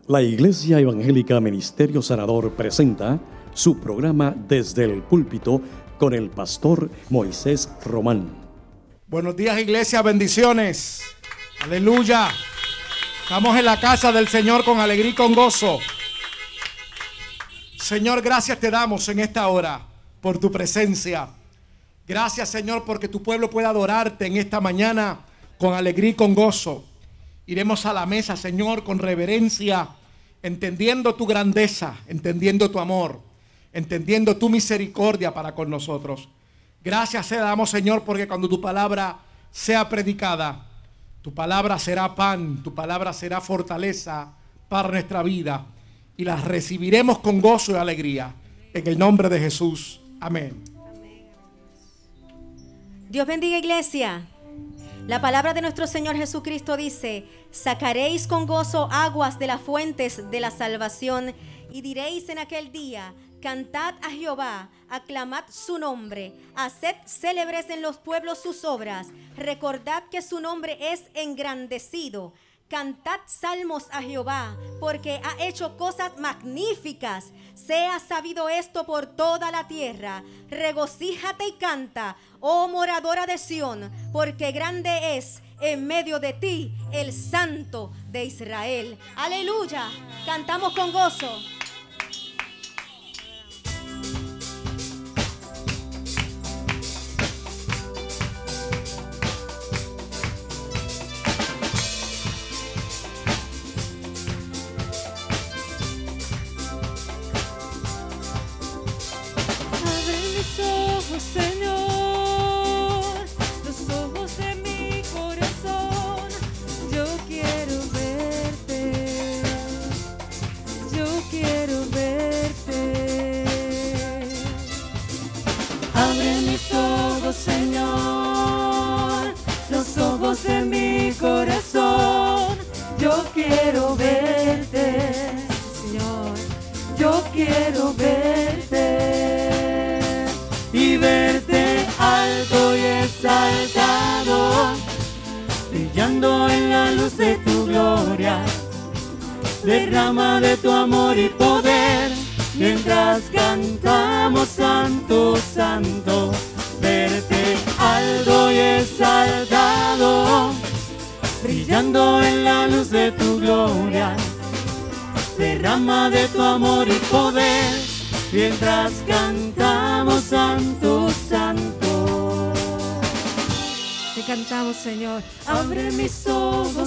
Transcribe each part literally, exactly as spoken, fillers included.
La Iglesia Evangélica Ministerio Sanador presenta su programa Desde el Púlpito con el pastor Moisés Román. Buenos días, iglesia, bendiciones. Aleluya. Estamos en la casa del Señor con alegría y con gozo. Señor, gracias te damos en esta hora por tu presencia. Gracias, Señor, porque tu pueblo puede adorarte en esta mañana con alegría y con gozo. Iremos a la mesa, Señor, con reverencia, entendiendo tu grandeza, entendiendo tu amor, entendiendo tu misericordia para con nosotros. Gracias te damos, Señor, porque cuando tu palabra sea predicada, tu palabra será pan, tu palabra será fortaleza para nuestra vida, y las recibiremos con gozo y alegría. En el nombre de Jesús. Amén. Dios bendiga, iglesia. La palabra de nuestro Señor Jesucristo dice: sacaréis con gozo aguas de las fuentes de la salvación, y diréis en aquel día: cantad a Jehová, aclamad su nombre, haced célebres en los pueblos sus obras, recordad que su nombre es engrandecido. Cantad salmos a Jehová, porque ha hecho cosas magníficas. Sea sabido esto por toda la tierra. Regocíjate y canta, oh moradora de Sión, porque grande es en medio de ti el Santo de Israel. Aleluya. Cantamos con gozo. Señor, los ojos de mi corazón, yo quiero verte, yo quiero verte. Abre mis ojos, Señor, los ojos de mi corazón, yo quiero verte, Señor, yo quiero verte. Y verte alto y exaltado, brillando en la luz de tu gloria. Derrama de tu amor y poder, mientras cantamos santo, santo. Verte alto y exaltado, brillando en la luz de tu gloria. Derrama de tu amor y poder, mientras cantamos santo, santo. Te cantamos, Señor. Abre mis ojos,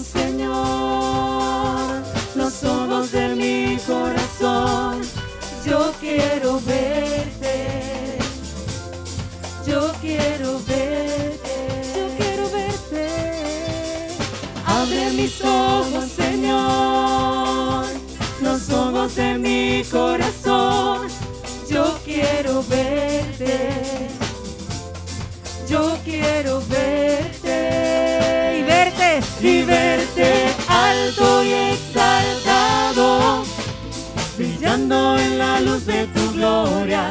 Señor, los ojos de mi corazón. Yo quiero verte, yo quiero verte, yo quiero verte. Abre mis ojos, Señor, los ojos de mi corazón. Yo quiero verte, yo quiero verte, y verte, y verte alto y exaltado, brillando en la luz de tu gloria.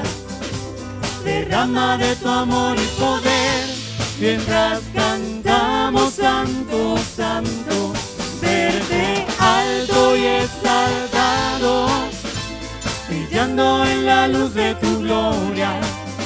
Derrama de tu amor y poder, mientras cantamos santo, santo. Verte alto y exaltado, brillando en la luz de tu gloria.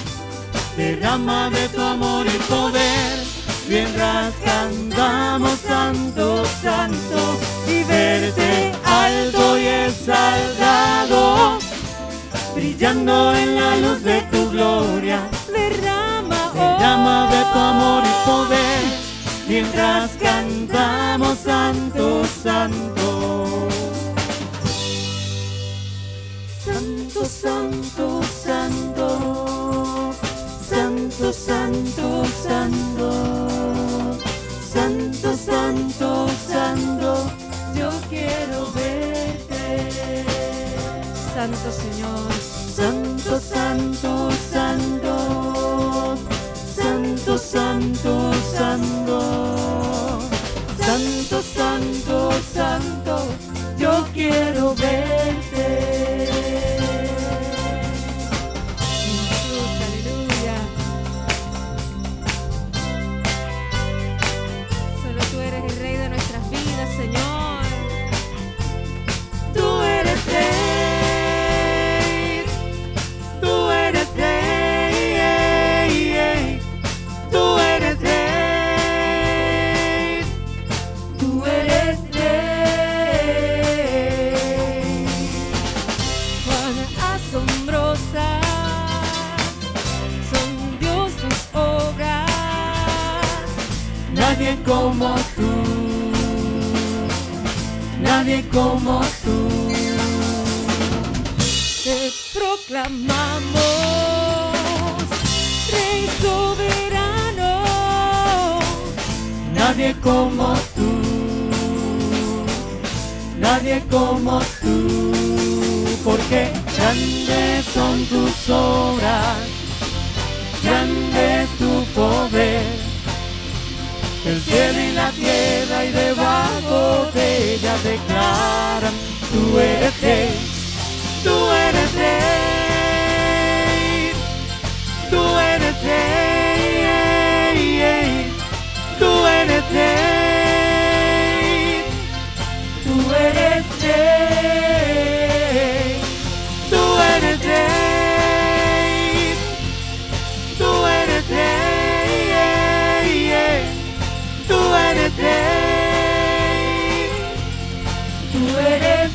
Derrama de tu amor y poder, mientras cantamos santo, santo. Y verte alto y exaltado, brillando en la luz de tu gloria. Derrama, derrama de tu amor y poder, mientras cantamos santo, santo. Santo, santo, santo, santo, santo, santo, santo, santo, santo, yo quiero verte. Santo Señor, santo, santo, santo, santo, santo, santo, santo, santo, santo, yo quiero verte. Solo tú eres el Rey de nuestras vidas, Señor. Tú nadie como tú. Te proclamamos Rey soberano, nadie como tú, nadie como tú, porque grandes son tus obras, grande es tu poder. El cielo y la tierra y debajo de ella declaran: tú eres rey, tú eres rey, tú eres rey, tú eres rey, tú eres rey, tú eres rey, tú eres rey, tú eres rey, tú eres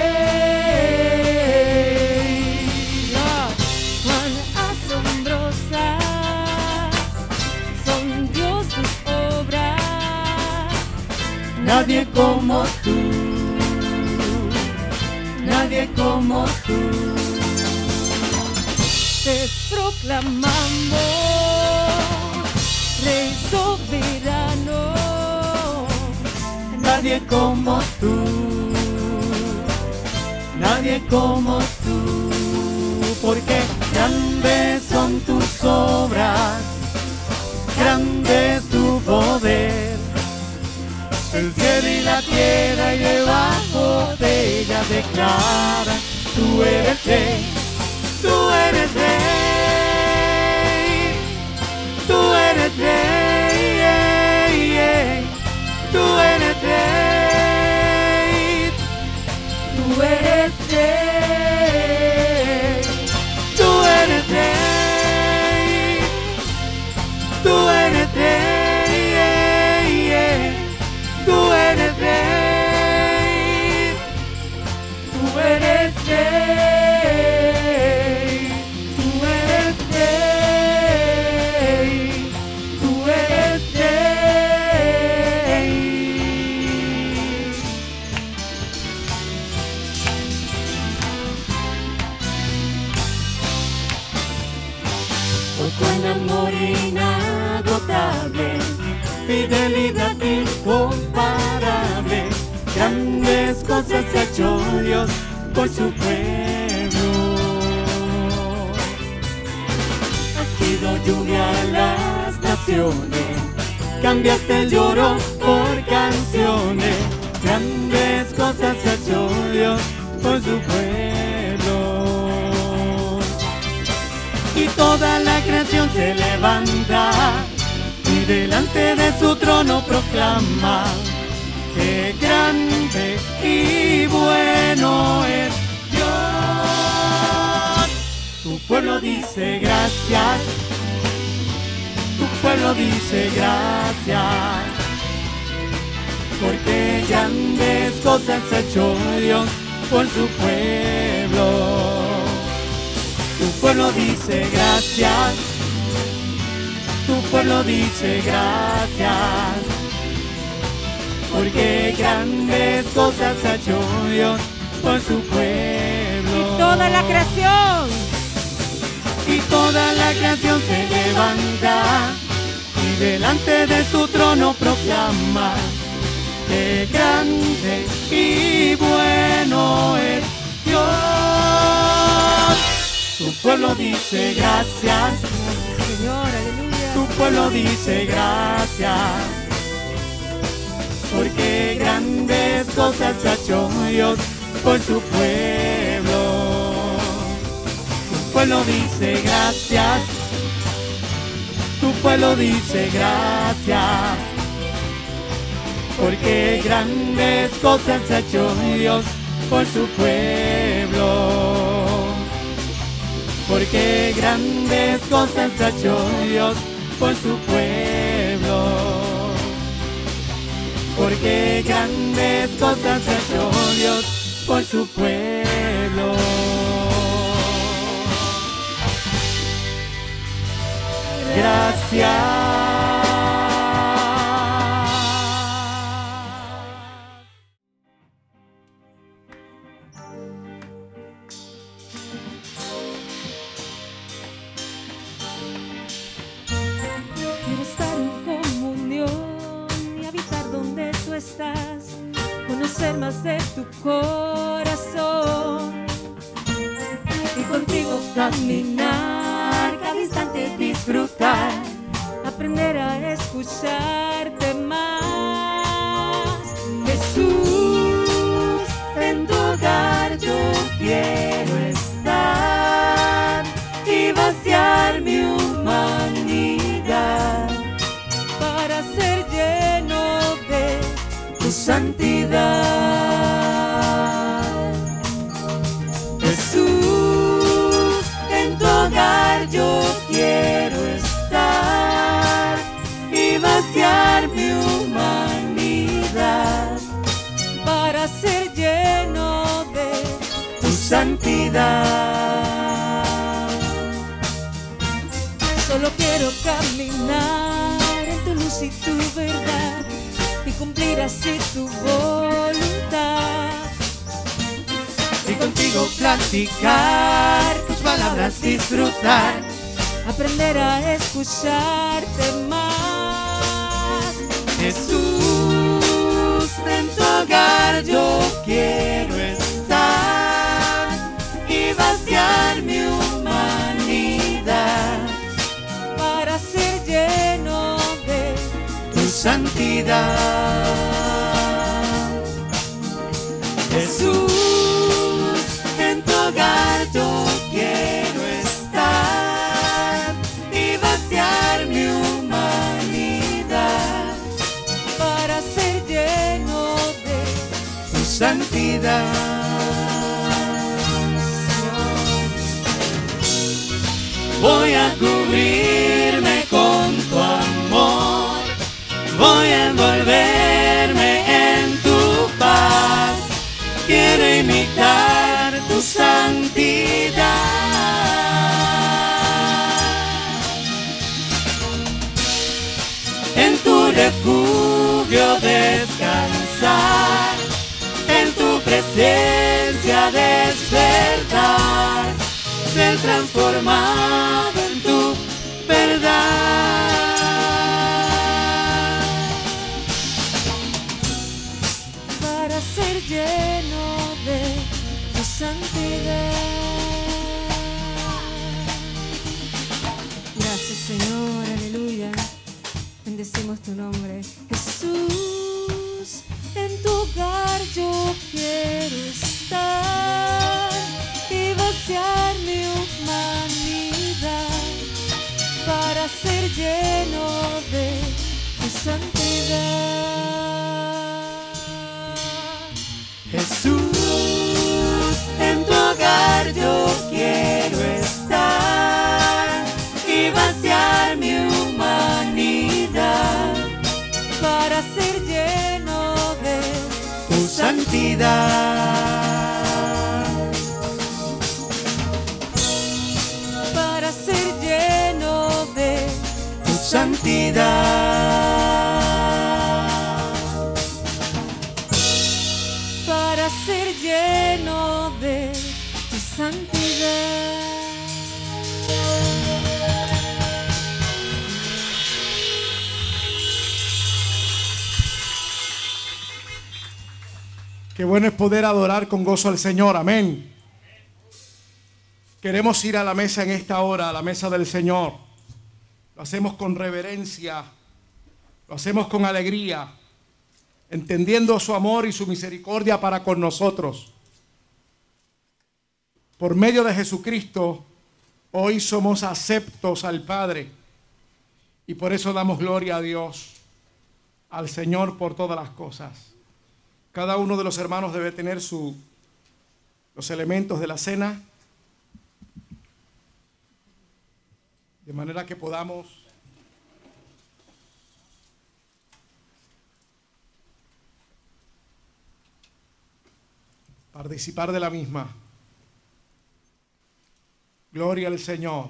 rey. Ah, cuán asombrosas son Dios tus obras, nadie como tú, nadie como tú. Te proclamamos Rey soberano, nadie como tú, nadie como tú, porque grandes son tus obras, grande es tu poder. El cielo y la tierra y debajo de ella declaran: tú eres rey, tú eres rey, tú eres rey, tú eres rey, tú eres rey, tú eres rey, tú eres rey, tú eres rey, tú eres rey, tú eres rey, tú eres rey. Oh, cuán amor inagotable, fidelidad incomparable, grandes cosas ha hecho Dios por su pueblo. Ha sido lluvia a las naciones, cambiaste el lloro por canciones, grandes cosas ha hecho Dios por su pueblo. Y toda la creación se levanta y delante de su trono proclama: qué grande y bueno es Dios. Tu pueblo dice gracias, tu pueblo dice gracias, porque grandes cosas ha hecho Dios por su pueblo. Tu pueblo dice gracias, tu pueblo dice gracias, porque grandes cosas ha hecho Dios por su pueblo. Y toda la creación, y toda la creación se levanta y delante de su trono proclama: qué grande y bueno es Dios. Tu pueblo dice gracias, Señor, aleluya. tu pueblo dice gracias, porque grandes cosas ha hecho Dios por su pueblo. Tu pueblo dice gracias, tu pueblo dice gracias, porque grandes cosas ha hecho Dios por su pueblo. Porque grandes cosas ha hecho Dios por su pueblo. Porque grandes cosas ha hecho Dios por su pueblo. Gracias. conocer más de tu corazón y contigo caminar, cada instante disfrutar, aprender a escucharte más. Jesús, en tu hogar yo quiero estar y vaciar mi humanidad para ser lleno de tu santidad. Jesús, en tu hogar yo quiero estar y vaciar mi humanidad para ser lleno de tu santidad. Solo quiero caminar en tu luz y tu verdad y cumplir así tu voluntad. Y contigo platicar, tus palabras disfrutar, aprender a escucharte más. Jesús, en tu hogar yo quiero estar y vaciar mi humanidad para ser lleno de tu santidad. Jesús, en tu hogar yo quiero estar y vaciar mi humanidad para ser lleno de tu santidad. Voy a cubrirme con tu amor, voy a envolverme en tu paz, quiero imitar tu santidad. En tu refugio descansar, en tu presencia despertar, ser transformado en tu verdad, para ser lleno de tu santidad. Gracias, Señor, aleluya. Bendecimos tu nombre. Jesús, en tu hogar yo quiero estar y vaciar mi humanidad para ser lleno de tu santidad. Jesús, en tu hogar yo quiero estar y vaciar mi humanidad para ser lleno de tu santidad, para ser lleno de tu santidad, para ser lleno de tu santidad. Qué bueno es poder adorar con gozo al Señor, amén. Queremos ir a la mesa en esta hora, a la mesa del Señor. Lo hacemos con reverencia, lo hacemos con alegría, entendiendo su amor y su misericordia para con nosotros. Por medio de Jesucristo, hoy somos aceptos al Padre y por eso damos gloria a Dios, al Señor por todas las cosas. Cada uno de los hermanos debe tener su, los elementos de la cena, de manera que podamos participar de la misma. Gloria al Señor.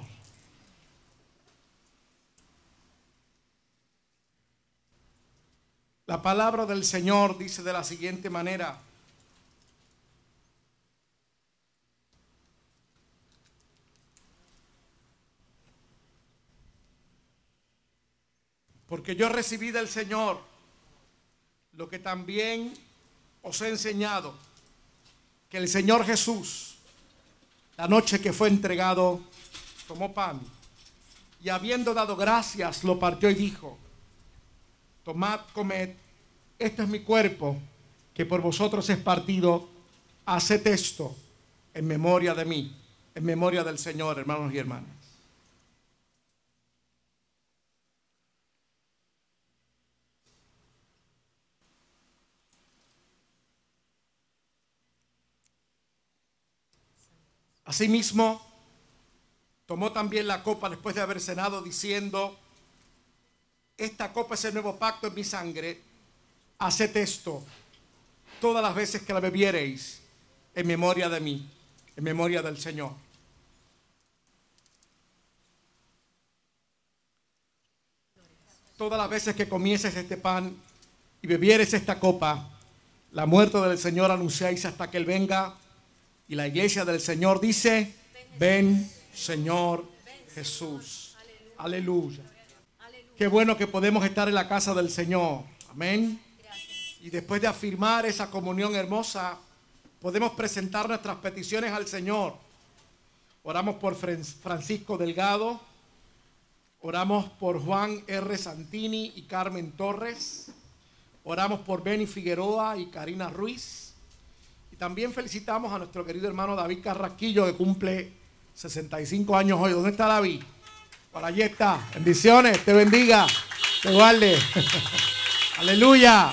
La palabra del Señor dice de la siguiente manera: porque yo recibí del Señor lo que también os he enseñado que el Señor Jesús, la noche que fue entregado, tomó pan y habiendo dado gracias, lo partió y dijo: tomad, comed, este es mi cuerpo, que por vosotros es partido, haced esto en memoria de mí, en memoria del Señor, hermanos y hermanas. Asimismo, tomó también la copa después de haber cenado, diciendo: esta copa es el nuevo pacto en mi sangre, haced esto todas las veces que la bebiereis en memoria de mí, en memoria del Señor. Todas las veces que comieses este pan y bebieres esta copa, la muerte del Señor anunciáis hasta que Él venga. Y la iglesia del Señor dice: ven, Señor Jesús. Aleluya. Qué bueno que podemos estar en la casa del Señor. Amén. Y después de afirmar esa comunión hermosa, podemos presentar nuestras peticiones al Señor. Oramos por Francisco Delgado. Oramos por Juan R. Santini y Carmen Torres. Oramos por Benny Figueroa y Karina Ruiz. También felicitamos a nuestro querido hermano David Carrasquillo, que cumple sesenta y cinco años hoy. ¿Dónde está David? Por allí está. Bendiciones, te bendiga, te guarde. Aleluya.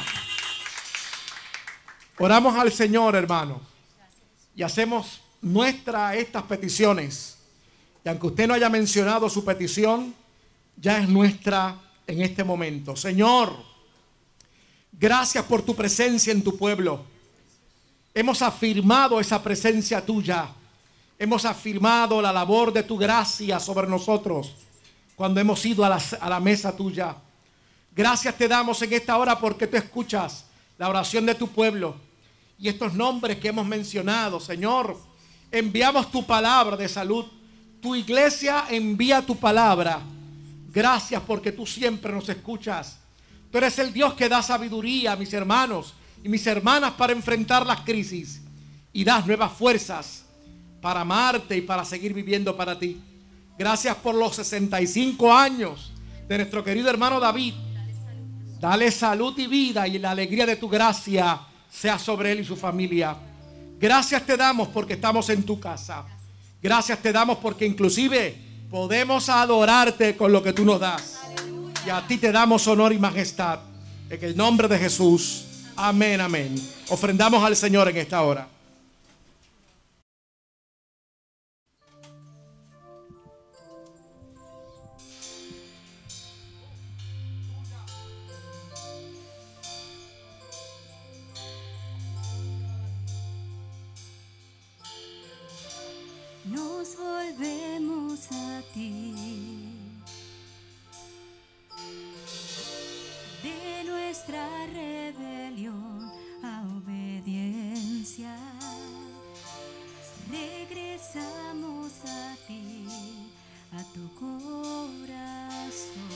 Oramos al Señor, hermano, y hacemos nuestras estas peticiones. Y aunque usted no haya mencionado su petición, ya es nuestra en este momento. Señor, gracias por tu presencia en tu pueblo. Hemos afirmado esa presencia tuya. Hemos afirmado la labor de tu gracia sobre nosotros cuando hemos ido a la, a la mesa tuya. Gracias te damos en esta hora porque tú escuchas la oración de tu pueblo. Y estos nombres que hemos mencionado, Señor, enviamos tu palabra de salud. Tu iglesia envía tu palabra. Gracias porque tú siempre nos escuchas. Tú eres el Dios que da sabiduría a mis hermanos y mis hermanas para enfrentar las crisis, y das nuevas fuerzas para amarte y para seguir viviendo para ti. Gracias por los sesenta y cinco años de nuestro querido hermano David. Dale salud y vida, y la alegría de tu gracia sea sobre él y su familia. Gracias te damos porque estamos en tu casa. Gracias te damos porque inclusive podemos adorarte con lo que tú nos das. Y a ti te damos honor y majestad en el nombre de Jesús. Amén, amén. Ofrendamos al Señor en esta hora. Nos volvemos a ti. De nuestra rebelión a obediencia, regresamos a ti, a tu corazón.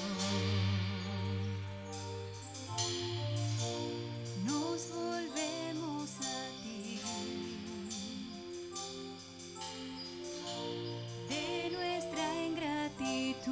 Nos volvemos a ti. De nuestra ingratitud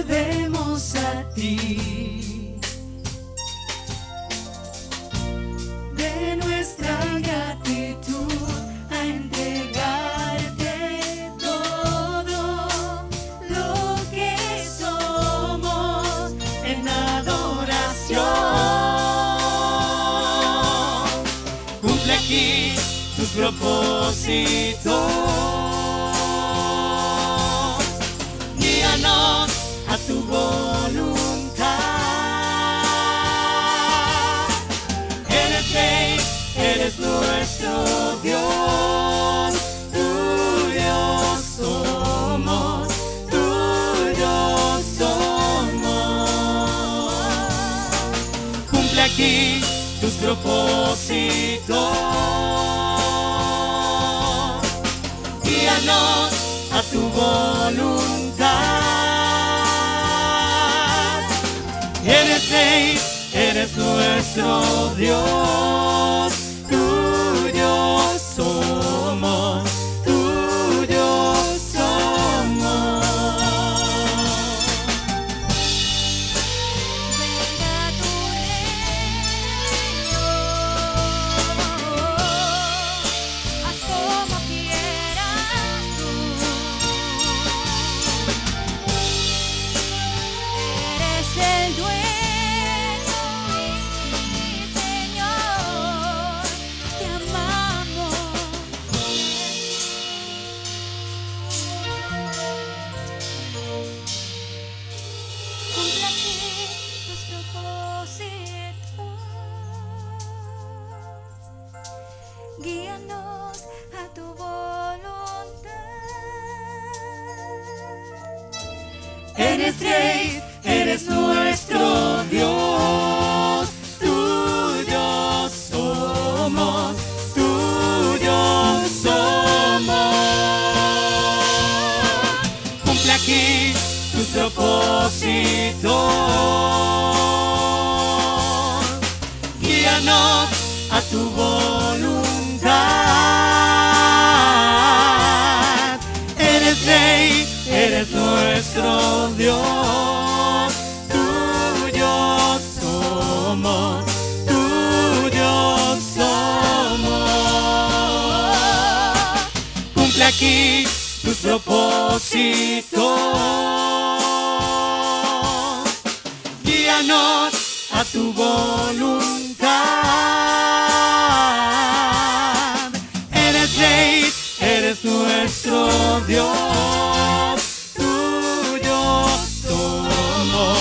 volvemos a ti. De nuestra gratitud a entregarte todo lo que somos en adoración. Cumple aquí tus propósitos. Guíanos a tu voluntad. Eres Rey, eres nuestro Dios. Tuyos somos, tuyos somos. Cumple aquí tus propósitos. Guíanos a tu voluntad. Eres Rey, eres nuestro Dios. Tuyos somos, tuyos somos. Venga tu reino, haz como quieras tú. Eres el dueño y Señor, te amamos. Cumple aquí tus propósitos. Guíanos a tu voluntad. Eres Rey, eres nuestro Dios. Tuyos somos, tuyos somos. Cumple aquí tus propósitos. Guíanos a tu voluntad. Eres Rey, eres nuestro Dios. Tuyos somos, tuyos somos. Cumple aquí tus propósitos. Guíanos a tu voluntad. Eres Rey, eres nuestro Dios. Tuyos somos,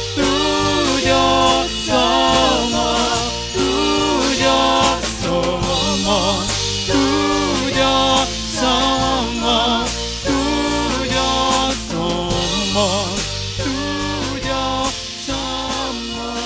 tuyos somos, tuyos somos, tuyos somos, tuyos somos, tuyos somos.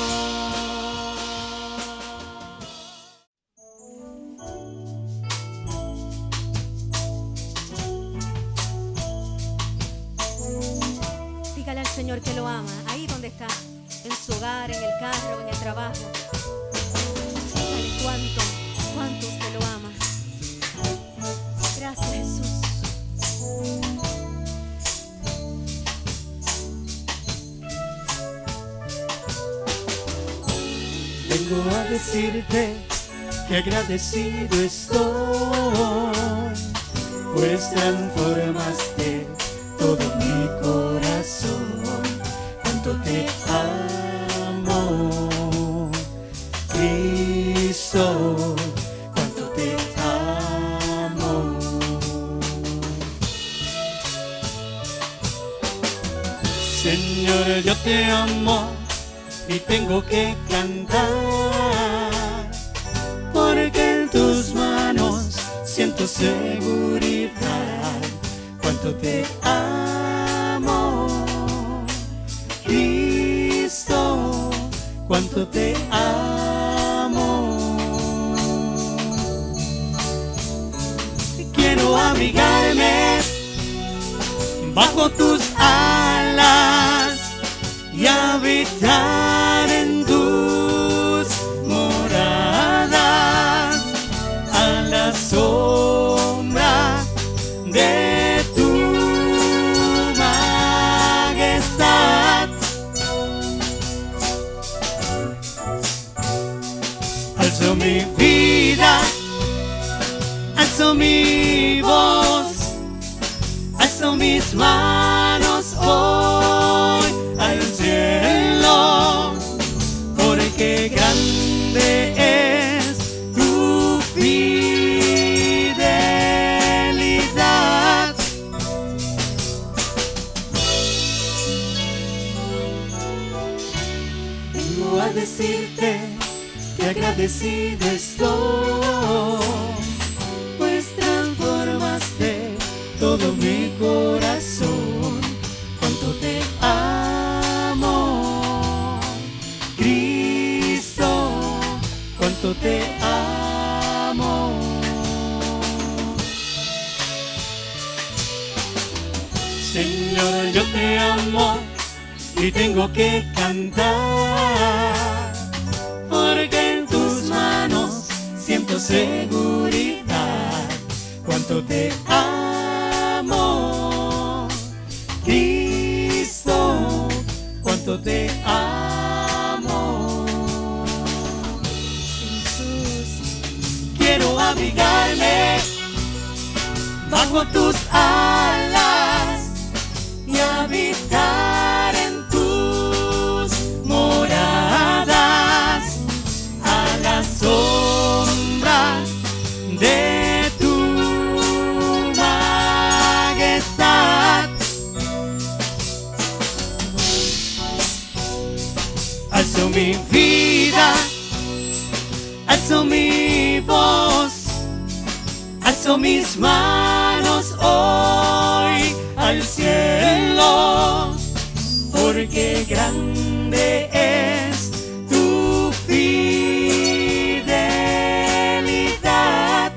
Dígale al Señor que lo ama, ahí donde está, en su hogar, en el carro, en el trabajo. Dígale cuánto, cuánto usted lo ama. Gracias, Jesús. Vengo a decirte que agradecido estoy, pues transformaste todo mi corazón. Cuánto te amo, Cristo, cuánto te amo. Señor, yo te amo y tengo que cantar, porque en tus manos siento seguridad. Cuánto te amo, Cristo, cuánto te amo. Quiero abrigarme bajo tus alas y habitar en tus moradas, a la sombra de tu majestad. a decirte que agradecido estoy, pues transformaste todo mi corazón. Cuánto te amo, Cristo, cuánto te amo. Señor, yo te amo y tengo que cantar, porque en tus manos siento seguridad. Cuánto te amo, Cristo, cuánto te amo. Jesús, quiero abrigarme bajo tus alas y habitar en tus moradas, a la sombra de tu majestad. Alzo mi vida, alzo mi voz, alzo mis manos hoy al cielo, porque grande es tu fidelidad.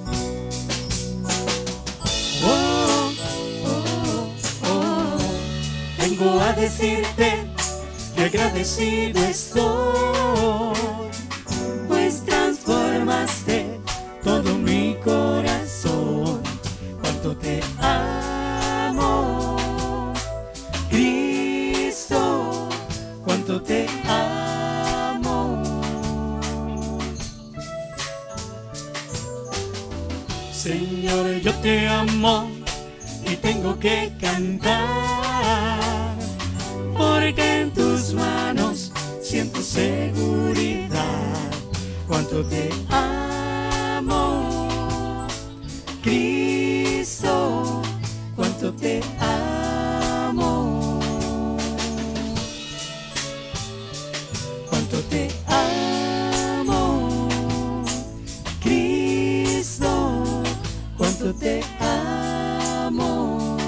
Oh, oh, oh. Vengo a decirte que agradecido estoy, pues transformaste todo mi corazón. Cuánto te amo, Cristo, cuánto te amo. Señor, yo te amo y tengo que cantar, porque en tus manos siento seguridad. Cuánto te amo, Cristo, cuánto te amo. Cuánto te amo, Cristo, cuánto te amo.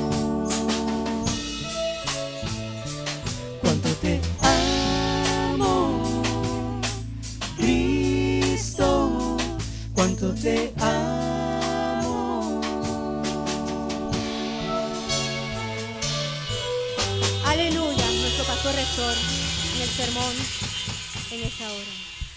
Cuánto te amo, Cristo, cuánto te amo. Aleluya, nuestro pastor rector en el sermón en esta hora.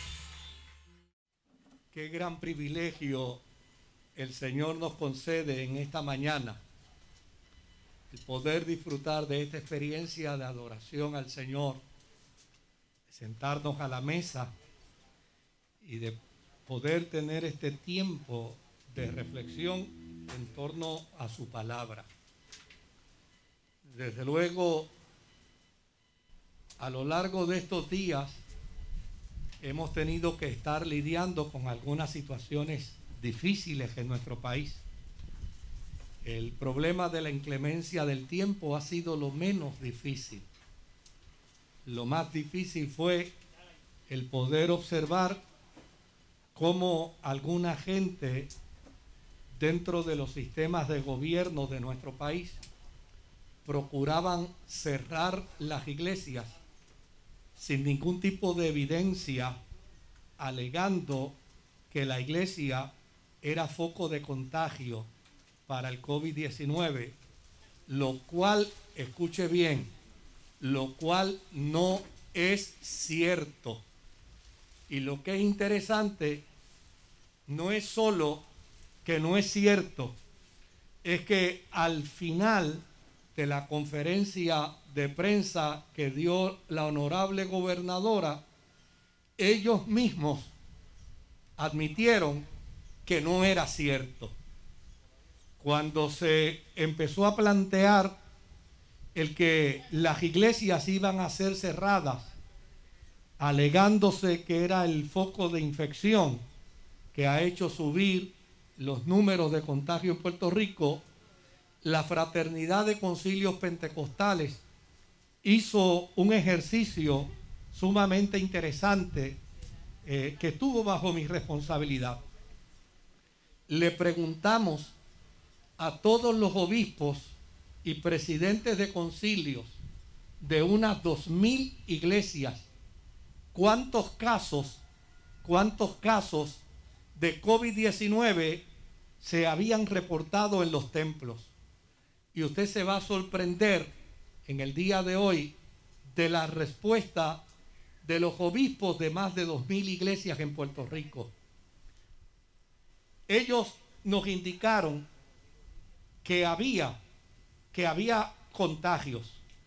Qué gran privilegio el Señor nos concede en esta mañana, el poder disfrutar de esta experiencia de adoración al Señor, de sentarnos a la mesa y de poder tener este tiempo de reflexión en torno a su palabra. Desde luego, a lo largo de estos días hemos tenido que estar lidiando con algunas situaciones difíciles en nuestro país. El problema de la inclemencia del tiempo ha sido lo menos difícil. Lo más difícil fue el poder observar cómo alguna gente dentro de los sistemas de gobierno de nuestro país procuraban cerrar las iglesias sin ningún tipo de evidencia, alegando que la iglesia era foco de contagio para el COVID diecinueve, lo cual, escuche bien, lo cual no es cierto. Y lo que es interesante no es solo que no es cierto, es que al final de la conferencia de prensa que dio la honorable gobernadora, ellos mismos admitieron que no era cierto. Cuando se empezó a plantear el que las iglesias iban a ser cerradas, alegándose que era el foco de infección que ha hecho subir los números de contagio en Puerto Rico, la Fraternidad de Concilios Pentecostales hizo un ejercicio sumamente interesante eh, que estuvo bajo mi responsabilidad. Le preguntamos a todos los obispos y presidentes de concilios de unas dos mil iglesias cuántos casos, cuántos casos de COVID diecinueve se habían reportado en los templos. Y usted se va a sorprender en el día de hoy de la respuesta de los obispos de más de dos mil iglesias en Puerto Rico. Ellos nos indicaron que había, que había contagios,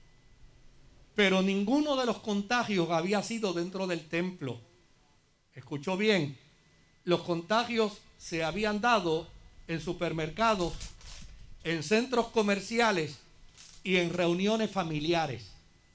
pero ninguno de los contagios había sido dentro del templo. Escuchó bien, los contagios se habían dado en supermercados, en centros comerciales y en reuniones familiares.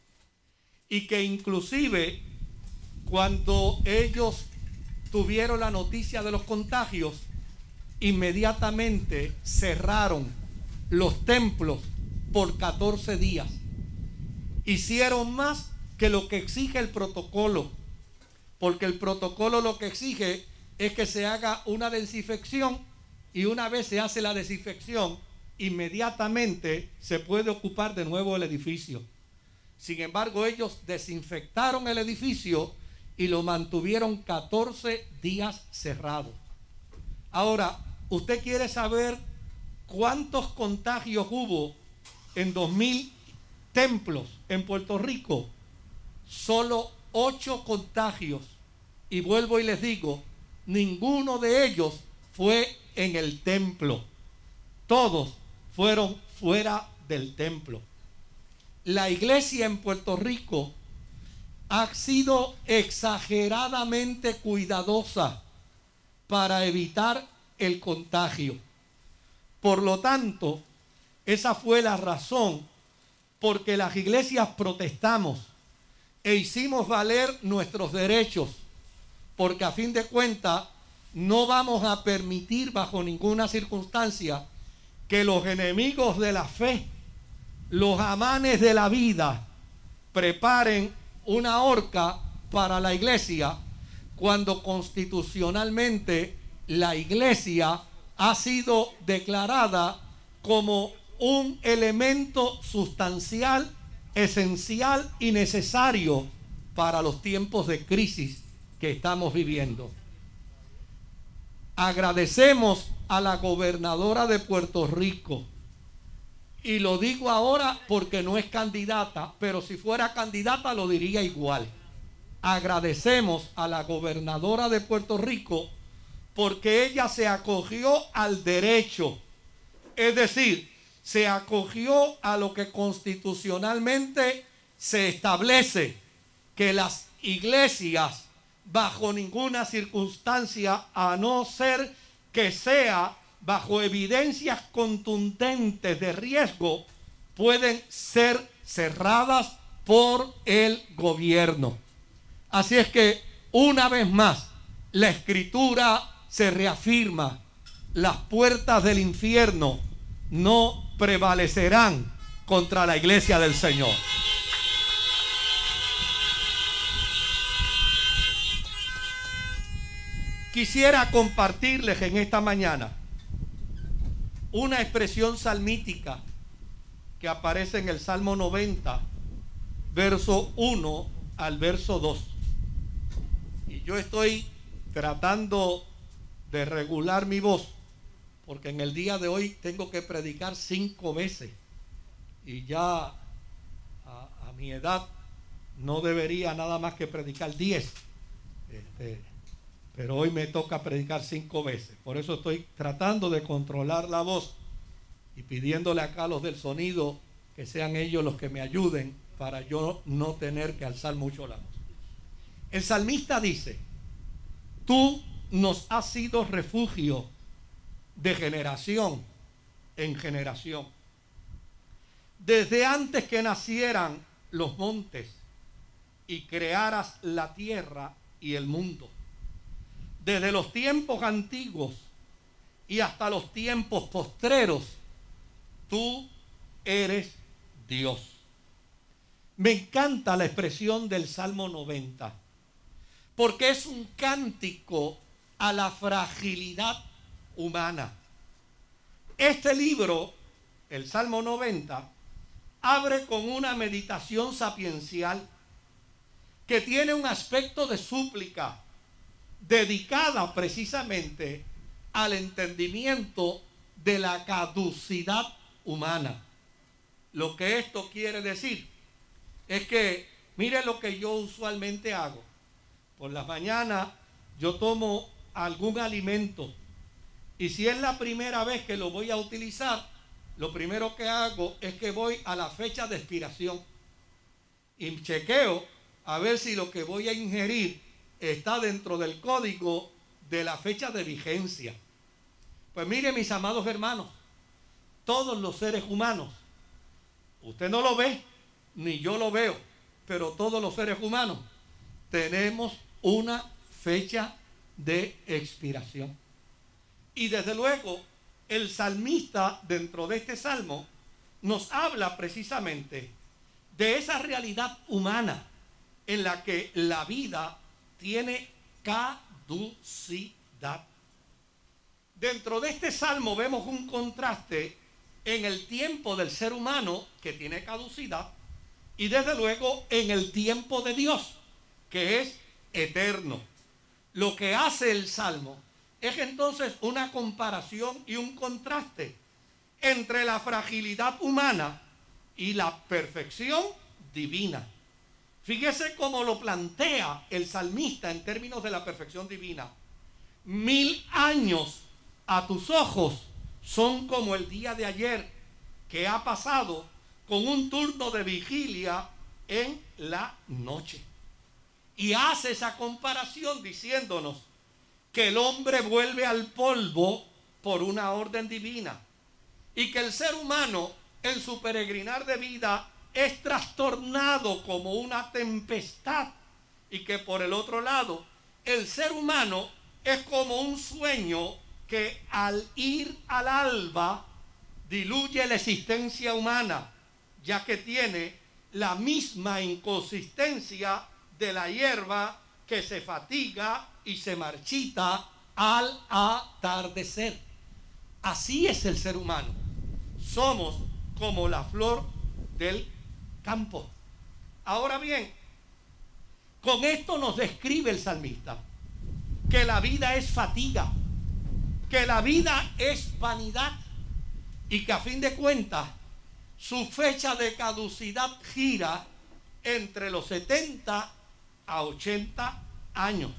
Y que inclusive cuando ellos tuvieron la noticia de los contagios, inmediatamente cerraron los templos por catorce días. Hicieron más que lo que exige el protocolo, porque el protocolo lo que exige es que se haga una desinfección, y una vez se hace la desinfección, inmediatamente se puede ocupar de nuevo el edificio. Sin embargo, ellos desinfectaron el edificio y lo mantuvieron catorce días cerrado. Ahora, ¿usted quiere saber cuántos contagios hubo en dos mil templos en Puerto Rico? Solo ocho contagios. Y vuelvo y les digo, ninguno de ellos fue en el templo. Todos fueron fuera del templo. La iglesia en Puerto Rico ha sido exageradamente cuidadosa para evitar el contagio. Por lo tanto, esa fue la razón porque las iglesias protestamos e hicimos valer nuestros derechos, porque a fin de cuentas no vamos a permitir bajo ninguna circunstancia que los enemigos de la fe, los amanes de la vida, preparen una horca para la iglesia, cuando constitucionalmente la iglesia ha sido declarada como un elemento sustancial, esencial y necesario para los tiempos de crisis que estamos viviendo. Agradecemos a la gobernadora de Puerto Rico, y lo digo ahora porque no es candidata, pero si fuera candidata lo diría igual. Agradecemos a la gobernadora de Puerto Rico porque ella se acogió al derecho, es decir, se acogió a lo que constitucionalmente se establece, que las iglesias bajo ninguna circunstancia, a no ser que sea bajo evidencias contundentes de riesgo, pueden ser cerradas por el gobierno. Así es que, una vez más, la Escritura se reafirma: las puertas del infierno no prevalecerán contra la iglesia del Señor. Quisiera compartirles en esta mañana una expresión salmítica que aparece en el Salmo noventa, verso uno al verso dos. Y yo estoy tratando de regular mi voz, porque en el día de hoy tengo que predicar cinco veces. Y ya a, a mi edad no debería nada más que predicar diez. Este, pero hoy me toca predicar cinco veces. Por eso estoy tratando de controlar la voz y pidiéndole acá a los del sonido que sean ellos los que me ayuden para yo no tener que alzar mucho la voz. El salmista dice: tú nos has sido refugio de generación en generación. Desde antes que nacieran los montes y crearas la tierra y el mundo, desde los tiempos antiguos y hasta los tiempos postreros, tú eres Dios. Me encanta la expresión del Salmo noventa, porque es un cántico a la fragilidad humana. Este libro, el Salmo noventa, abre con una meditación sapiencial que tiene un aspecto de súplica dedicada precisamente al entendimiento de la caducidad humana. Lo que esto quiere decir es que, mire lo que yo usualmente hago. Por las mañanas yo tomo algún alimento y si es la primera vez que lo voy a utilizar, lo primero que hago es que voy a la fecha de expiración y chequeo a ver si lo que voy a ingerir está dentro del código de la fecha de vigencia. Pues mire, mis amados hermanos, todos los seres humanos, usted no lo ve, ni yo lo veo, pero todos los seres humanos tenemos una fecha de expiración. Y desde luego, el salmista dentro de este salmo nos habla precisamente de esa realidad humana en la que la vida tiene caducidad. Dentro de este salmo vemos un contraste en el tiempo del ser humano que tiene caducidad y desde luego en el tiempo de Dios que es eterno. Lo que hace el salmo es entonces una comparación y un contraste entre la fragilidad humana y la perfección divina. Fíjese cómo lo plantea el salmista en términos de la perfección divina. Mil años a tus ojos son como el día de ayer que ha pasado con un turno de vigilia en la noche. Y hace esa comparación diciéndonos que el hombre vuelve al polvo por una orden divina y que el ser humano en su peregrinar de vida es trastornado como una tempestad y que por el otro lado el ser humano es como un sueño que al ir al alba diluye la existencia humana, ya que tiene la misma inconsistencia de la hierba que se fatiga y se marchita al atardecer. Así es el ser humano. Somos como la flor del campo. Ahora bien, con esto nos describe el salmista que la vida es fatiga, que la vida es vanidad y que a fin de cuentas su fecha de caducidad gira entre los setenta a ochenta años.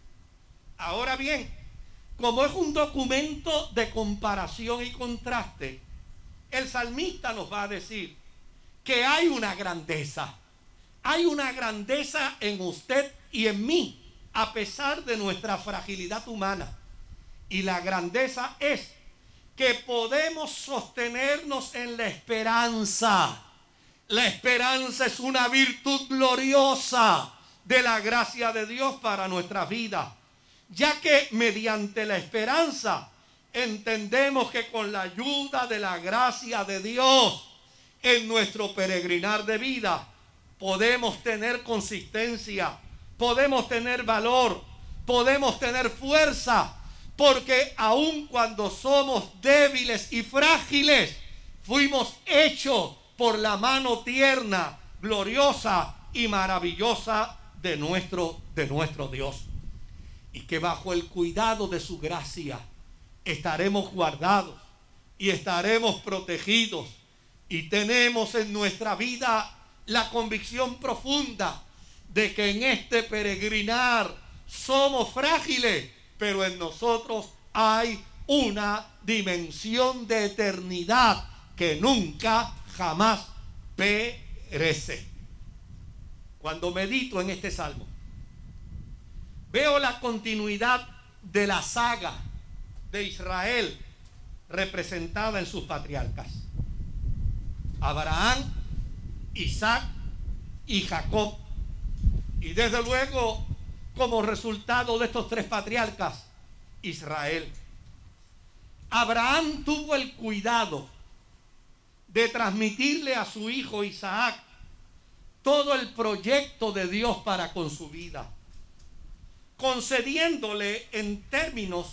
Ahora bien, como es un documento de comparación y contraste, el salmista nos va a decir que hay una grandeza, hay una grandeza en usted y en mí, a pesar de nuestra fragilidad humana. Y la grandeza es que podemos sostenernos en la esperanza. La esperanza es una virtud gloriosa de la gracia de Dios para nuestra vida, ya que mediante la esperanza entendemos que con la ayuda de la gracia de Dios en nuestro peregrinar de vida podemos tener consistencia, podemos tener valor, podemos tener fuerza, porque aun cuando somos débiles y frágiles, fuimos hechos por la mano tierna, gloriosa y maravillosa de nuestro, de nuestro Dios. Y que bajo el cuidado de su gracia estaremos guardados y estaremos protegidos. Y tenemos en nuestra vida la convicción profunda de que en este peregrinar somos frágiles, pero en nosotros hay una dimensión de eternidad que nunca, jamás perece. Cuando medito en este salmo, veo la continuidad de la saga de Israel representada en sus patriarcas: Abraham, Isaac y Jacob. Y desde luego, como resultado de estos tres patriarcas, Israel. Abraham tuvo el cuidado de transmitirle a su hijo Isaac todo el proyecto de Dios para con su vida, concediéndole en términos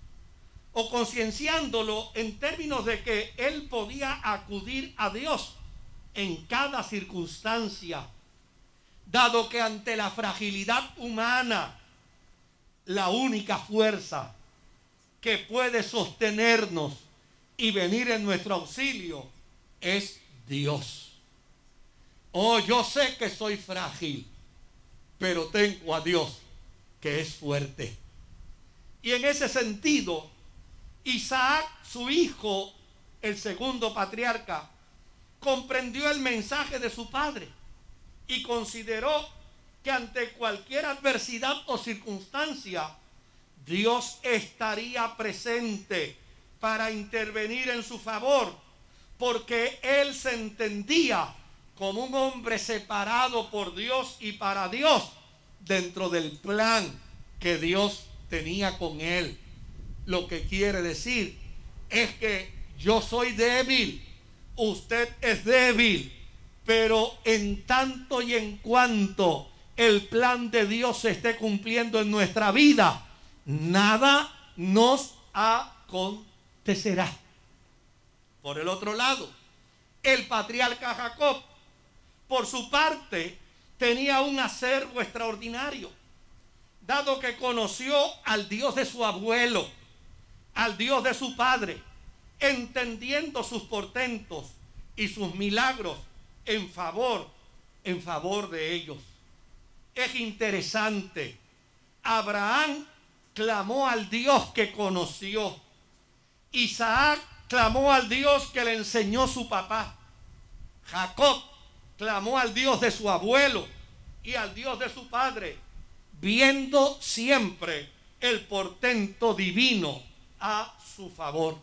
o concienciándolo en términos de que él podía acudir a Dios en cada circunstancia, dado que ante la fragilidad humana, la única fuerza que puede sostenernos y venir en nuestro auxilio es Dios. Oh, yo sé que soy frágil, pero tengo a Dios que es fuerte. Y en ese sentido, Isaac, su hijo, el segundo patriarca, comprendió el mensaje de su padre y consideró que ante cualquier adversidad o circunstancia, Dios estaría presente para intervenir en su favor, porque él se entendía como un hombre separado por Dios y para Dios dentro del plan que Dios tenía con él. Lo que quiere decir es que yo soy débil, usted es débil, pero en tanto y en cuanto el plan de Dios se esté cumpliendo en nuestra vida, nada nos acontecerá. Por el otro lado, el patriarca Jacob, por su parte, tenía un acervo extraordinario, dado que conoció al Dios de su abuelo, al Dios de su padre, entendiendo sus portentos y sus milagros en favor, en favor de ellos. Es interesante, Abraham clamó al Dios que conoció, Isaac clamó al Dios que le enseñó su papá, Jacob clamó al Dios de su abuelo y al Dios de su padre, viendo siempre el portento divino a su favor.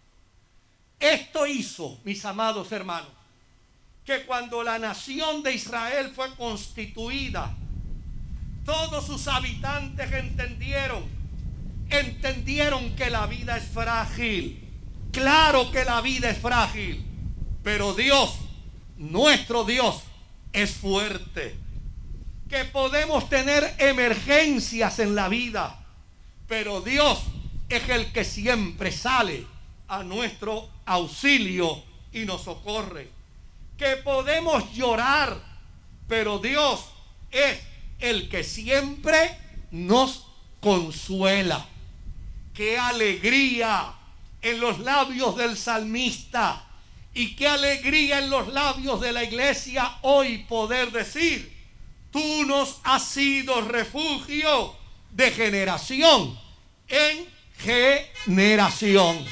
Esto hizo, mis amados hermanos, que cuando la nación de Israel fue constituida, todos sus habitantes entendieron, entendieron que la vida es frágil. Claro que la vida es frágil, pero Dios, nuestro Dios, es fuerte. Que podemos tener emergencias en la vida, pero Dios es el que siempre sale a nuestro auxilio y nos socorre. Que podemos llorar, pero Dios es el que siempre nos consuela. Qué alegría en los labios del salmista y qué alegría en los labios de la iglesia hoy poder decir: tú nos has sido refugio de generación en generación.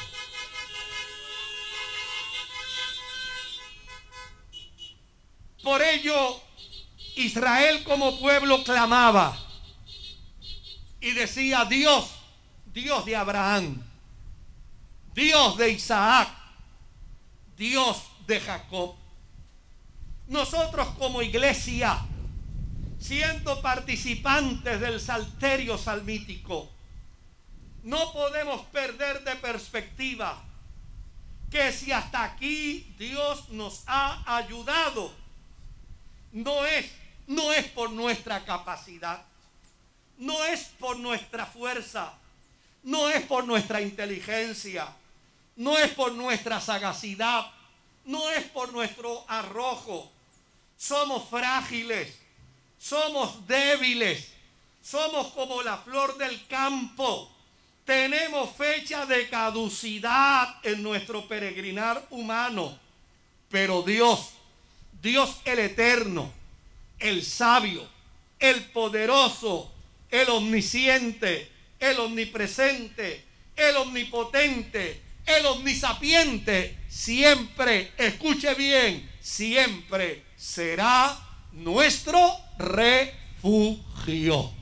Por ello, Israel como pueblo clamaba y decía: Dios, Dios de Abraham, Dios de Isaac, Dios de Jacob. Nosotros como iglesia, siendo participantes del salterio salmítico, no podemos perder de perspectiva que si hasta aquí Dios nos ha ayudado, no es, no es por nuestra capacidad, no es por nuestra fuerza, no es por nuestra inteligencia, no es por nuestra sagacidad, no es por nuestro arrojo. Somos frágiles, somos débiles, somos como la flor del campo. Tenemos fecha de caducidad en nuestro peregrinar humano, pero Dios, Dios el eterno, el sabio, el poderoso, el omnisciente, el omnipresente, el omnipotente, el omnisapiente, siempre, escuche bien, siempre será nuestro refugio.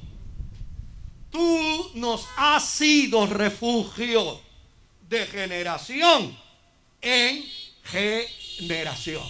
Tú nos has sido refugio de generación en generación.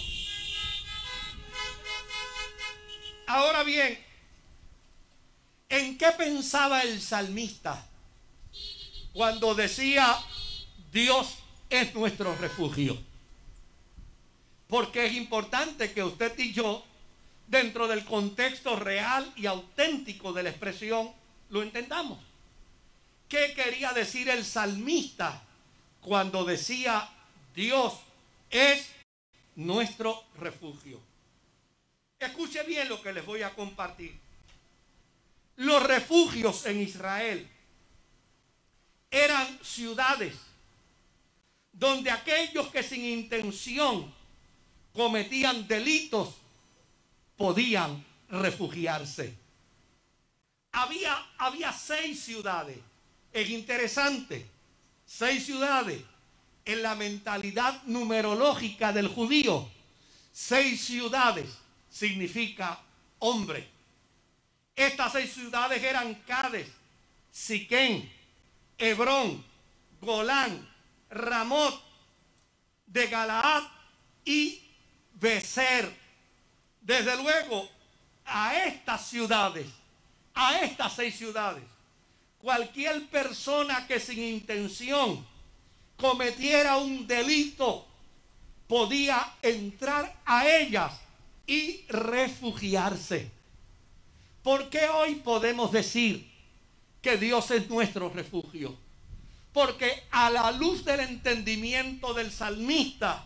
Ahora bien, ¿en qué pensaba el salmista cuando decía: Dios es nuestro refugio? Porque es importante que usted y yo dentro del contexto real y auténtico de la expresión, lo entendamos. ¿Qué quería decir el salmista cuando decía Dios es nuestro refugio? Escuche bien lo que les voy a compartir. Los refugios en Israel eran ciudades donde aquellos que sin intención cometían delitos podían refugiarse. Había, había seis ciudades. Es interesante, seis ciudades en la mentalidad numerológica del judío. Seis ciudades significa hombre. Estas seis ciudades eran Cades, Siquén, Hebrón, Golán, Ramot de Galaad y Becer. Desde luego, a estas ciudades, a estas seis ciudades, cualquier persona que sin intención cometiera un delito podía entrar a ellas y refugiarse. ¿Por qué hoy podemos decir que Dios es nuestro refugio? Porque a la luz del entendimiento del salmista,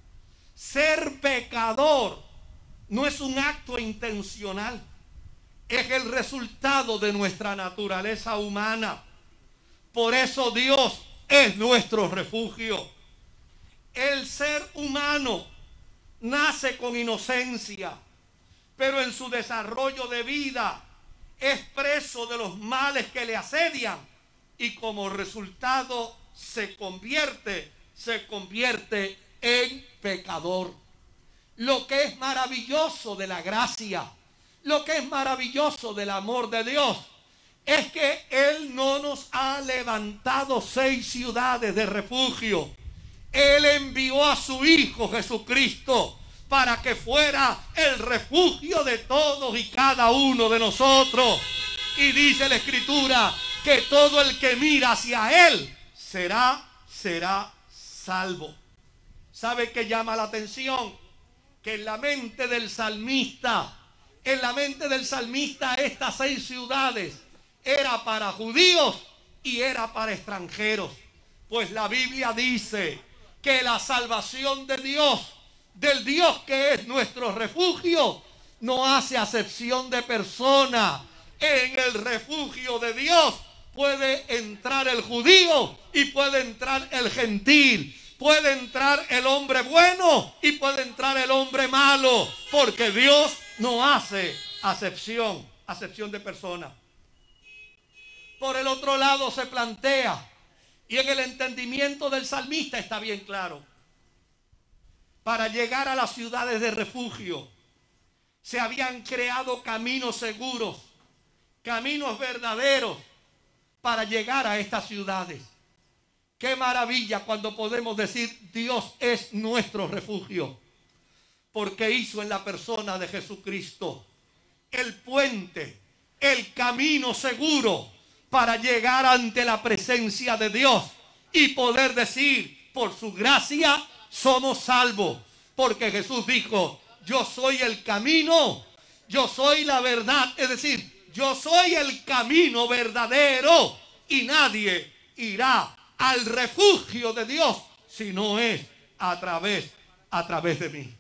ser pecador no es un acto intencional, es el resultado de nuestra naturaleza humana. Por eso Dios es nuestro refugio. El ser humano nace con inocencia, pero en su desarrollo de vida es preso de los males que le asedian y como resultado se convierte, se convierte en pecador. Lo que es maravilloso de la gracia, lo que es maravilloso del amor de Dios, es que Él no nos ha levantado seis ciudades de refugio. Él envió a su Hijo Jesucristo para que fuera el refugio de todos y cada uno de nosotros. Y dice la Escritura que todo el que mira hacia Él será, será salvo. ¿Sabe qué llama la atención? Que en la mente del salmista, en la mente del salmista, estas seis ciudades era para judíos y era para extranjeros. Pues la Biblia dice que la salvación de Dios, del Dios que es nuestro refugio, no hace acepción de persona. En el refugio de Dios puede entrar el judío y puede entrar el gentil. Puede entrar el hombre bueno y puede entrar el hombre malo, porque Dios no hace acepción, acepción de persona. Por el otro lado se plantea, y en el entendimiento del salmista está bien claro, para llegar a las ciudades de refugio se habían creado caminos seguros, caminos verdaderos para llegar a estas ciudades. Qué maravilla cuando podemos decir Dios es nuestro refugio, porque hizo en la persona de Jesucristo el puente, el camino seguro para llegar ante la presencia de Dios y poder decir, por su gracia somos salvos, porque Jesús dijo, yo soy el camino, yo soy la verdad, es decir, yo soy el camino verdadero y nadie irá al refugio de Dios si no es a través, a través de mí.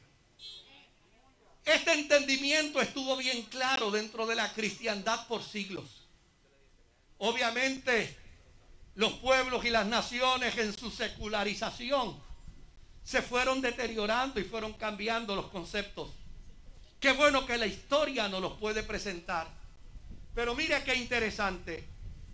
Este entendimiento estuvo bien claro dentro de la cristiandad por siglos. Obviamente, los pueblos y las naciones en su secularización se fueron deteriorando y fueron cambiando los conceptos. Qué bueno que la historia nos los puede presentar. Pero mire qué interesante.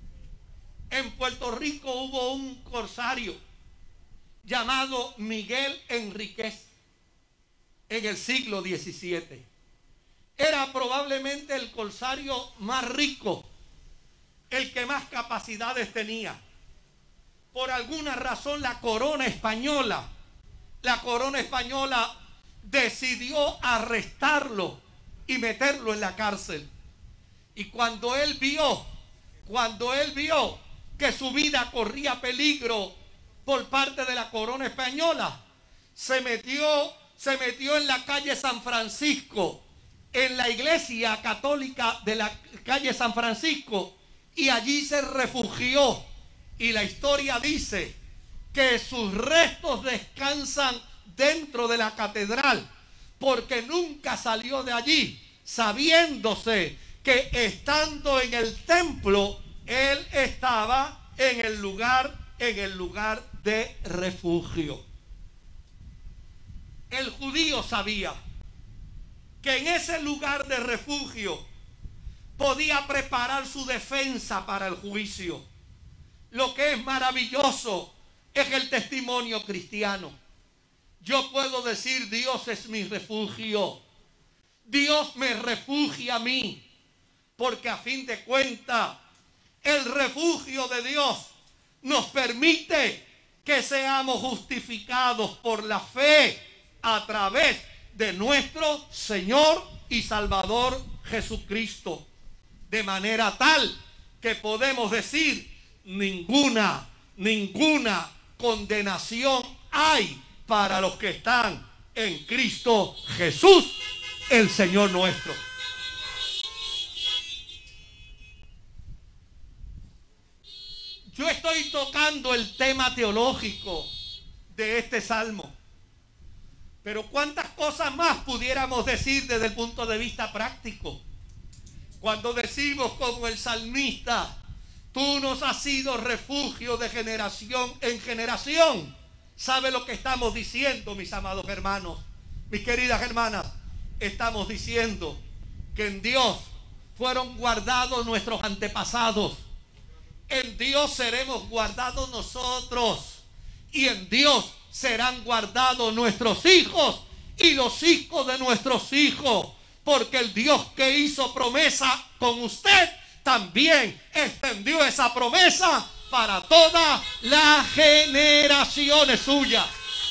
En Puerto Rico hubo un corsario llamado Miguel Enríquez en el siglo diecisiete. Era probablemente el corsario más rico, el que más capacidades tenía. Por alguna razón la corona española, la corona española decidió arrestarlo y meterlo en la cárcel. Y cuando él vio, cuando él vio que su vida corría peligro por parte de la corona española, se metió, se metió en la calle San Francisco en la iglesia católica de la calle San Francisco y allí se refugió. Y la historia dice que sus restos descansan dentro de la catedral, porque nunca salió de allí, sabiéndose que estando en el templo, él estaba en el lugar, en el lugar de refugio. El judío sabía que en ese lugar de refugio podía preparar su defensa para el juicio. Lo que es maravilloso es el testimonio cristiano. Yo puedo decir: Dios es mi refugio. Dios me refugia a mí. Porque a fin de cuentas, el refugio de Dios nos permite que seamos justificados por la fe a través de nuestro Señor y Salvador Jesucristo. De manera tal que podemos decir: ninguna, ninguna condenación hay para los que están en Cristo Jesús, el Señor nuestro. Yo estoy tocando el tema teológico de este salmo, pero cuántas cosas más pudiéramos decir desde el punto de vista práctico. Cuando decimos como el salmista: tú nos has sido refugio de generación en generación. ¿Sabe lo que estamos diciendo, mis amados hermanos? Mis queridas hermanas, estamos diciendo que en Dios fueron guardados nuestros antepasados. En Dios seremos guardados nosotros. Y en Dios serán guardados nuestros hijos y los hijos de nuestros hijos. Porque el Dios que hizo promesa con usted también extendió esa promesa para todas las generaciones suyas.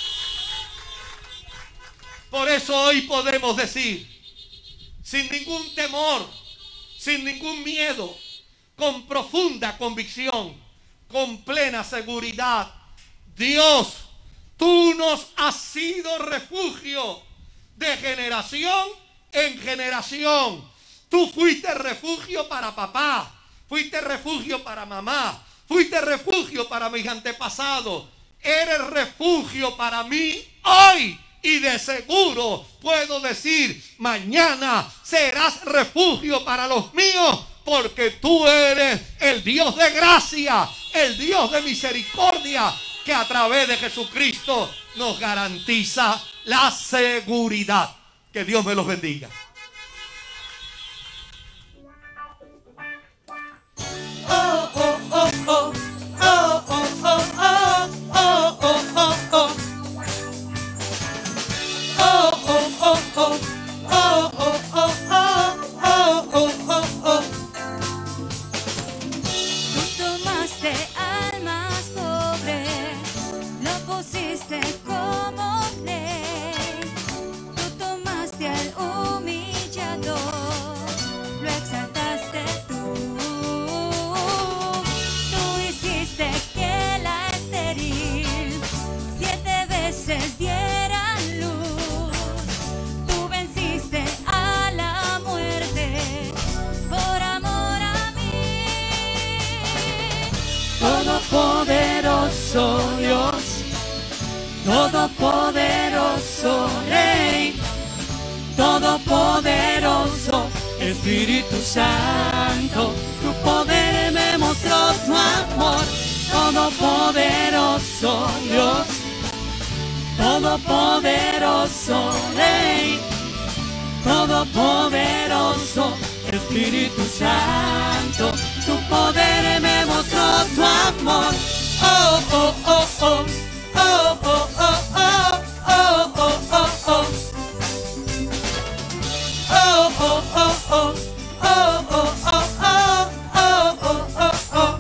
Por eso hoy podemos decir, sin ningún temor, sin ningún miedo, con profunda convicción, con plena seguridad: Dios, tú nos has sido refugio de generación en generación. Tú fuiste refugio para papá, fuiste refugio para mamá, fuiste refugio para mis antepasados, eres refugio para mí hoy. Y de seguro puedo decir: mañana serás refugio para los míos, porque tú eres el Dios de gracia, el Dios de misericordia, que a través de Jesucristo nos garantiza la seguridad. Que Dios me los bendiga. Oh, oh, oh, oh, oh, oh, oh, oh, oh, oh, oh, oh. Oh, oh, oh, oh, oh, oh, oh, oh, oh, oh, oh. Tú tomaste al más pobre, lo pusiste como rey. Tú tomaste al humillado, lo exaltaste tú. Tú hiciste que la estéril siete veces diera luz. Tú venciste a la muerte por amor a mí. Todopoderoso Dios, Todopoderoso Rey, Todopoderoso Espíritu Santo, tu poder me mostró tu amor. Todopoderoso Dios, Todopoderoso Rey, Todopoderoso Espíritu Santo, tu poder me mostró tu amor. Oh, oh, oh, oh, oh, oh, oh, oh, oh, oh, oh, oh. Oh, oh, oh, oh, oh, oh, oh, oh, oh, oh, oh, oh.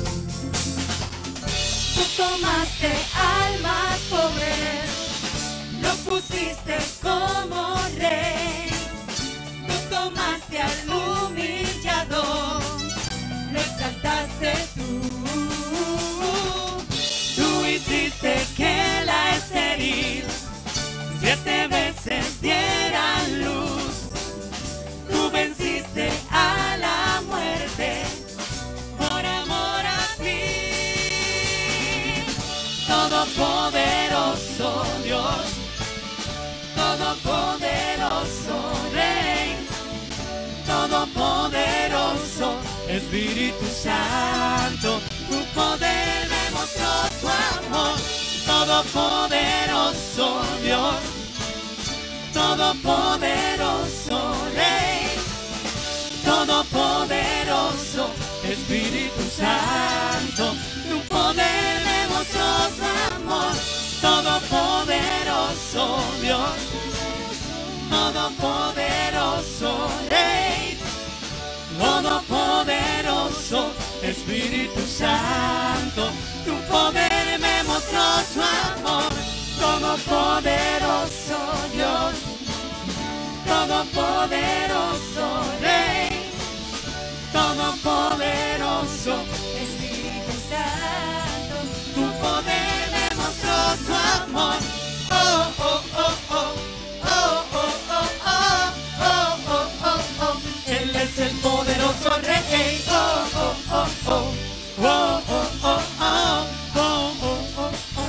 Tú tomaste al más pobre, lo pusiste como rey. Tú tomaste al humillado, lo exaltaste tú. Tú hiciste poderoso, Espíritu Santo, tu poder me mostró tu amor. Todopoderoso Dios, todopoderoso Rey, todopoderoso Espíritu Santo, tu poder me mostró tu amor. Todopoderoso Dios, todopoderoso Rey, todopoderoso Espíritu Santo, tu poder me mostró su amor. Todopoderoso Dios, todopoderoso Rey, todopoderoso Espíritu Santo, tu poder me mostró tu amor. Oh, oh, oh, oh, oh, oh, oh, oh, oh, oh, oh, oh. Él es el poderoso Rey. Oh, oh, oh, oh, oh, oh, oh, oh, oh, oh, oh, oh.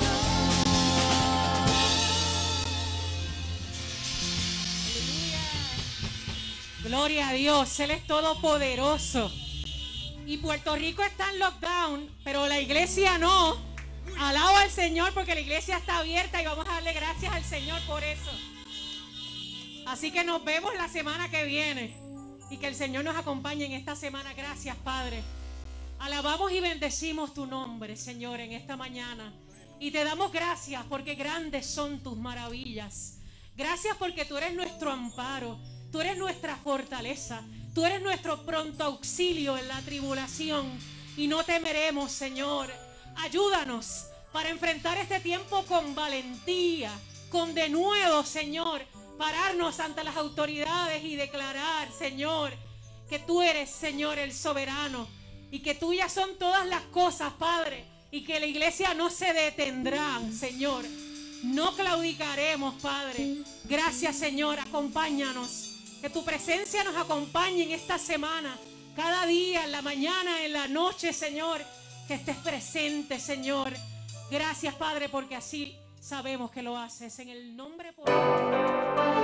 Gloria a Dios, Él es todopoderoso. Y Puerto Rico está en lockdown, pero la iglesia no. Alabo al Señor porque la iglesia está abierta y vamos a darle gracias al Señor por eso. Así que nos vemos la semana que viene y que el Señor nos acompañe en esta semana. Gracias, Padre. Alabamos y bendecimos tu nombre, Señor, en esta mañana. Y te damos gracias porque grandes son tus maravillas. Gracias porque tú eres nuestro amparo. Tú eres nuestra fortaleza. Tú eres nuestro pronto auxilio en la tribulación. Y no temeremos, Señor. Ayúdanos para enfrentar este tiempo con valentía, con denuedo, Señor. Pararnos ante las autoridades y declarar, Señor, que tú eres, Señor, el soberano. Y que tuyas son todas las cosas, Padre. Y que la iglesia no se detendrá, Señor. No claudicaremos, Padre. Gracias, Señor. Acompáñanos. Que tu presencia nos acompañe en esta semana. Cada día, en la mañana, en la noche, Señor. Que estés presente, Señor. Gracias, Padre, porque así sabemos que lo haces. En el nombre poderoso.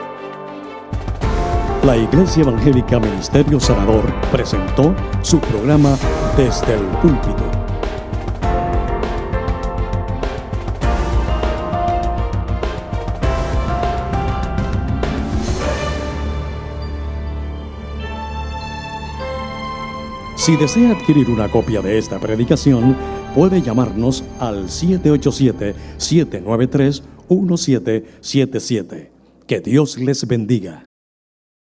La Iglesia Evangélica Ministerio Sanador presentó su programa Desde el Púlpito. Si desea adquirir una copia de esta predicación, puede llamarnos al siete ocho siete, siete nueve tres, uno siete siete siete. Que Dios les bendiga.